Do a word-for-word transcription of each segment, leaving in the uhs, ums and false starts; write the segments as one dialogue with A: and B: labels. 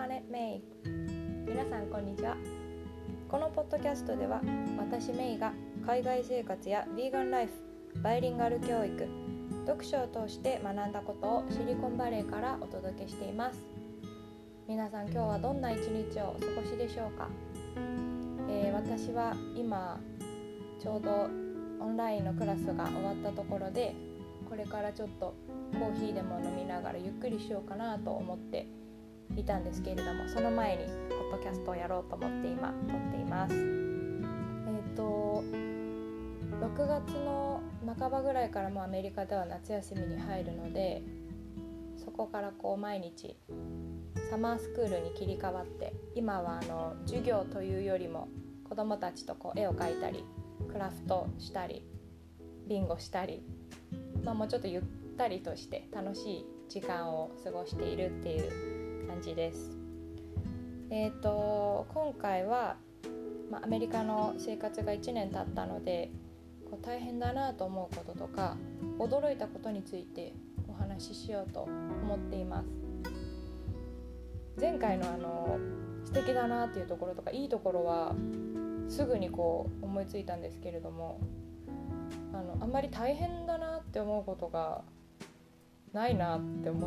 A: Planet May。 皆さんこんにちは。このポッドキャストでは私メイが海外生活やヴィーガンライフ、バイリンガル教育、読書を通して学んだことをシリコンバレーからお届けしています。皆さん今日はどんな一日をお過ごしでしょうか。えー、私は今ちょうどオンラインのクラスが終わったところで、これからちょっとコーヒーでも飲みながらゆっくりしようかなと思っていたんですけれども、その前にポッドキャストをやろうと思って今撮っています。えっとろくがつの半ばぐらいからもアメリカでは夏休みに入るので、そこからこう毎日サマースクールに切り替わって、今はあの授業というよりも子どもたちとこう絵を描いたりクラフトしたりビンゴしたり、まあ、もうちょっとゆったりとして楽しい時間を過ごしているっていう感じです。えーと今回は、まあ、アメリカの生活がいちねん経ったので、こう大変だなと思うこととか驚いたことについてお話ししようと思っています。前回のあの素敵だなっていうところとかいいところはすぐにこう思いついたんですけれども、あのあんまり大変だなって思うことがないなって思って、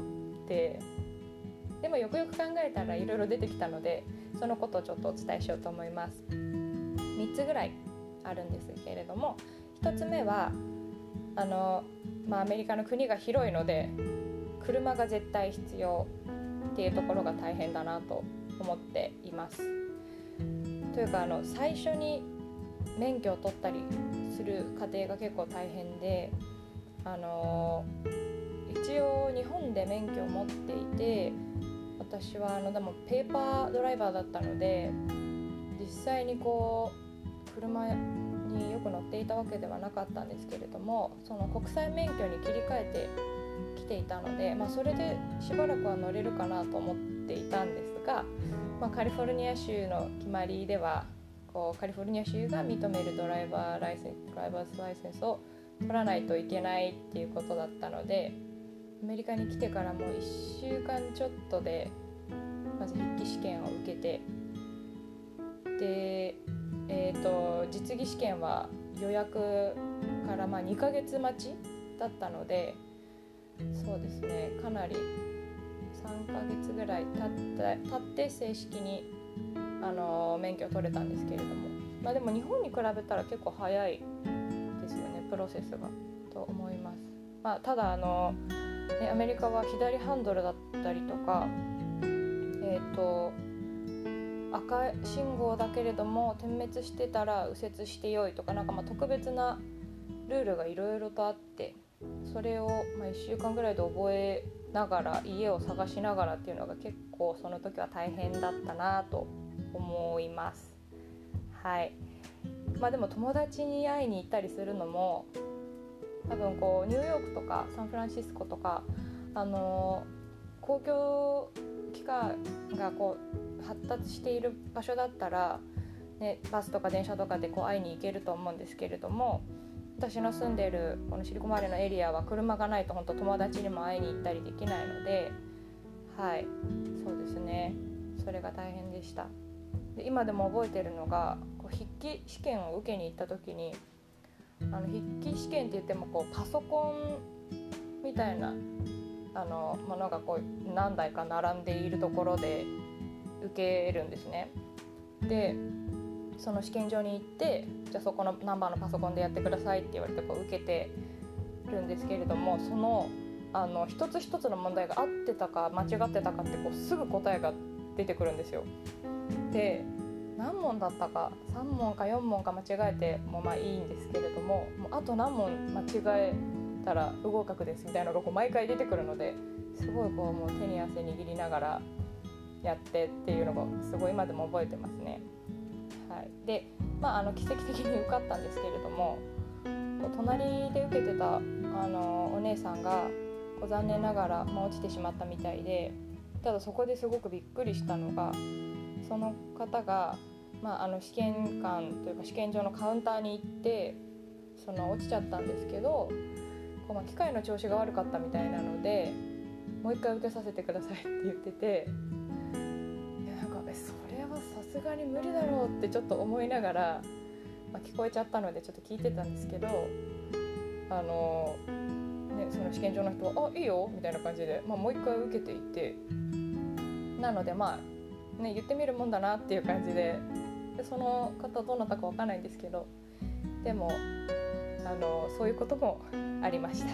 A: でもよくよく考えたらいろいろ出てきたので、そのことをちょっとお伝えしようと思います。みっつぐらいあるんですけれども、ひとつめはあの、まあ、アメリカの国が広いので車が絶対必要っていうところが大変だなと思っています。というかあの最初に免許を取ったりする過程が結構大変で、あの一応日本で免許を持っていて、私はあのでもペーパードライバーだったので実際にこう車によく乗っていたわけではなかったんですけれども、その国際免許に切り替えてきていたので、まあ、それでしばらくは乗れるかなと思っていたんですが、まあ、カリフォルニア州の決まりではこうカリフォルニア州が認めるドライバーライセンス、ドライバーズライセンスを取らないといけないっていうことだったので、アメリカに来てからもういっしゅうかんちょっとでまず筆記試験を受けて、で、えーと、実技試験は予約からまあにかげつ待ちだったので、そうですね、かなりさんかげつぐらい経って経って正式にあの免許を取れたんですけれども、まあ、でも日本に比べたら結構早いですよね、プロセスがと思います。まあ、ただあの、ね、アメリカは左ハンドルだったりとか、えーと赤信号だけれども点滅してたら右折してよいとか、なんかまあ特別なルールがいろいろとあって、それをまあいっしゅうかんぐらいで覚えながら家を探しながらっていうのが結構その時は大変だったなと思います。はい。まあでも友達に会いに行ったりするのも多分こうニューヨークとかサンフランシスコとか、あのー、公共機関がこう発達している場所だったら、ね、バスとか電車とかでこう会いに行けると思うんですけれども、私の住んでいるこのシリコンバレーのエリアは車がないと本当友達にも会いに行ったりできないので、はい、そうですね、それが大変でした。で今でも覚えているのが、こう筆記試験を受けに行った時に、あの筆記試験って言ってもこうパソコンみたいなあのものがこう何台か並んでいるところで受けるんですね。でその試験場に行って、じゃあそこのナンバーのパソコンでやってくださいって言われてこう受けてるんですけれども、そのあの一つ一つの問題が合ってたか間違ってたかってこうすぐ答えが出てくるんですよ。で何問だったかさん問かよん問か間違えてもまあいいんですけれども、もうあと何問間違えたら不合格ですみたいなのがこう毎回出てくるので、すごいこうもう手に汗握りながらやってっていうのがすごい今でも覚えてますね。はい、で、まあ、あの奇跡的に受かったんですけれども、隣で受けてたあのお姉さんがこう残念ながら、まあ、落ちてしまったみたいで、ただそこですごくびっくりしたのが、その方が、まあ、あの試験官というか試験場のカウンターに行って、その落ちちゃったんですけど、こう、まあ、機械の調子が悪かったみたいなのでもう一回受けさせてくださいって言ってて、 すがに無理だろうってちょっと思いながら、まあ、聞こえちゃったのでちょっと聞いてたんですけど、あの、ね、その試験場の人はあいいよみたいな感じで、まあ、もう一回受けていて、なのでまあ、ね、言ってみるもんだなっていう感じで、でその方どなたかわかんないんですけど、でもあのそういうこともありました。はい、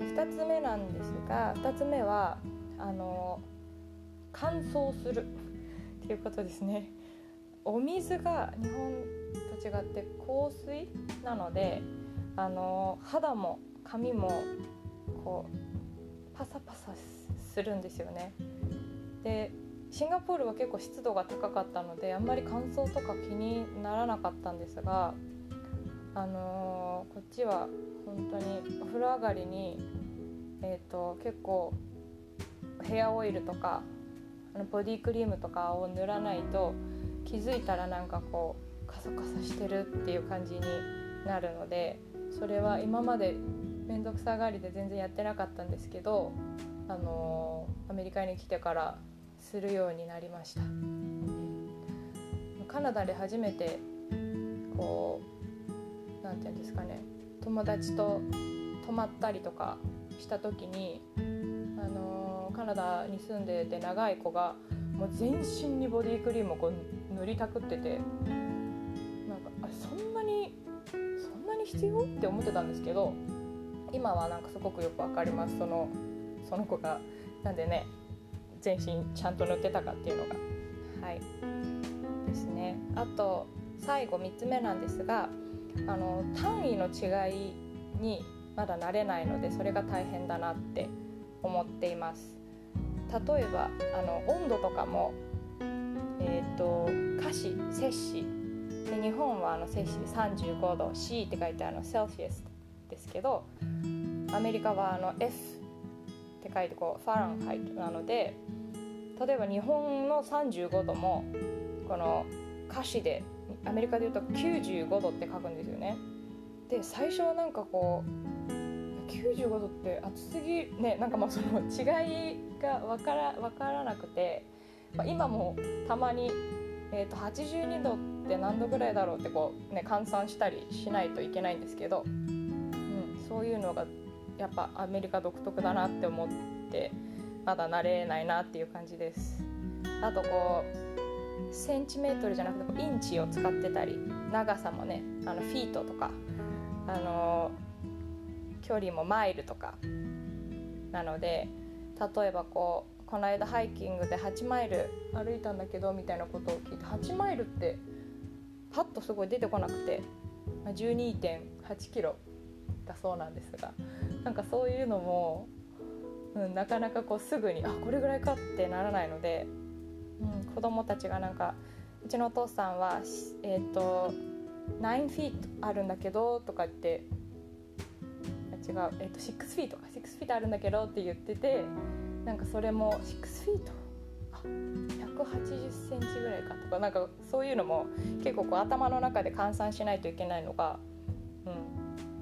A: ふたつめなんですが、ふたつめはあの乾燥するっていうことですね。お水が日本と違って硬水なので、あの肌も髪もこうパサパサするんですよね。でシンガポールは結構湿度が高かったのであんまり乾燥とか気にならなかったんですが、あのー、こっちは本当にお風呂上がりに、えーと、結構ヘアオイルとかあのボディクリームとかを塗らないと気づいたらなんかこうカサカサしてるっていう感じになるので、それは今までめんどくさがりで全然やってなかったんですけど、あのー、アメリカに来てからするようになりました。カナダで初めてこうなんていうんですかね、友達と泊まったりとかした時に、あのー、カナダに住んでて長い子がもう全身にボディクリームをこう塗りたくってて、なんかあそんなにそんなに必要って思ってたんですけど、今はなんかすごくよくわかります。そのその子がなんでね全身ちゃんと塗ってたかっていうのが、はいですね。あと最後みっつめなんですが、あの単位の違いにまだ慣れないのでそれが大変だなって思っています。例えばあの温度とかも、えーと、華氏、摂氏で、日本はあの摂氏さんじゅうごど、C って書いてあのセルシアスですけど、アメリカはあの F って書いてこうファランハイトなので、例えば日本のさんじゅうごどもこの華氏でアメリカでいうときゅうじゅうごどって書くんですよね。で最初はなんかこうきゅうじゅうごどって暑すぎね、なんかまあその違いが分から分からなくて、まあ、今もたまに、えーとはちじゅうにどって何度ぐらいだろうってこう、ね、換算したりしないといけないんですけど、うん、そういうのがやっぱアメリカ独特だなって思ってまだ慣れないなっていう感じです。あとこうセンチメートルじゃなくてインチを使ってたり、長さもねあのフィートとか、あのー、距離もマイルとかなので、例えばこうこの間ハイキングではちマイル歩いたんだけどみたいなことを聞いて、はちマイルってパッとすごい出てこなくて じゅうにてんはちキロだそうなんですが、なんかそういうのも、うん、なかなかこうすぐにあこれぐらいかってならないので、うん、子供たちがなんかうちのお父さんはえっときゅうフィートあるんだけどとか言って、違う、えっとろくフィートかろくフィートあるんだけどって言ってて、なんかそれもろくフィートあひゃくはちじゅっセンチぐらいかとか、なんかそういうのも結構こう頭の中で換算しないといけないのが、うん、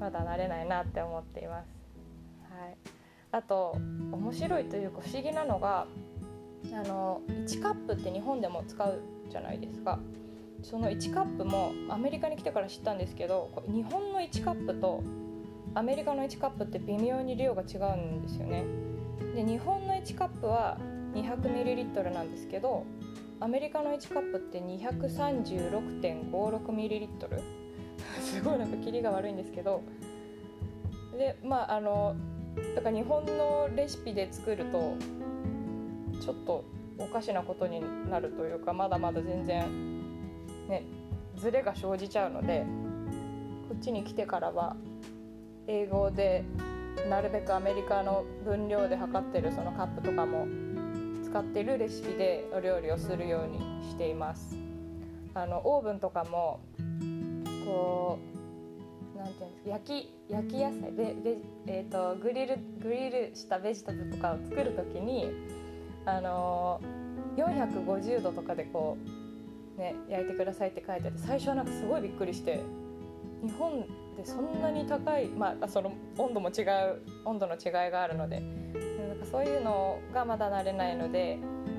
A: まだ慣れないなって思っています。はい、あと面白いというか不思議なのが、あのいちカップって日本でも使うじゃないですか。そのいちカップもアメリカに来てから知ったんですけど、日本のいちカップとアメリカのいちカップって微妙に量が違うんですよね。で日本のいちカップは にひゃくミリリットル なんですけど、アメリカのいちカップって にひゃくさんじゅうろくてんごろくミリリットル すごいなんかキリが悪いんですけど、でまああのだから日本のレシピで作るとちょっとおかしなことになるというか、まだまだ全然ねズレが生じちゃうので、こっちに来てからは英語でなるべくアメリカの分量で測ってるそのカップとかも使ってるレシピでお料理をするようにしています。あのオーブンとかもこうなんていうんですか、焼き焼き野菜ベベ、えー、とグリルグリルしたベジタブルとかを作るときに、あのー、よんひゃくごじゅうどとかでこうね焼いてくださいって書いてあって、最初はなんかすごいびっくりして、日本でそんなに高い、まあその温度も違う温度の違いがあるので、なんかそういうのがまだ慣れないので、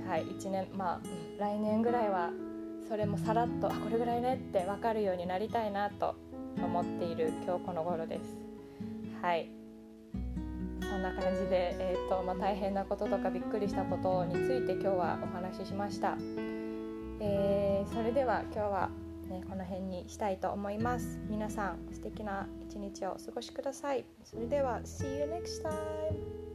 A: はい、いちねん、まあ、来年ぐらいはそれもさらっとあこれぐらいねって分かるようになりたいなと思っている今日この頃です。はい、そんな感じで、えーとまあ、大変なこととかびっくりしたことについて今日はお話ししました。えー、それでは今日は、ね、この辺にしたいと思います。皆さん素敵な一日をお過ごしください。それでは See you next time!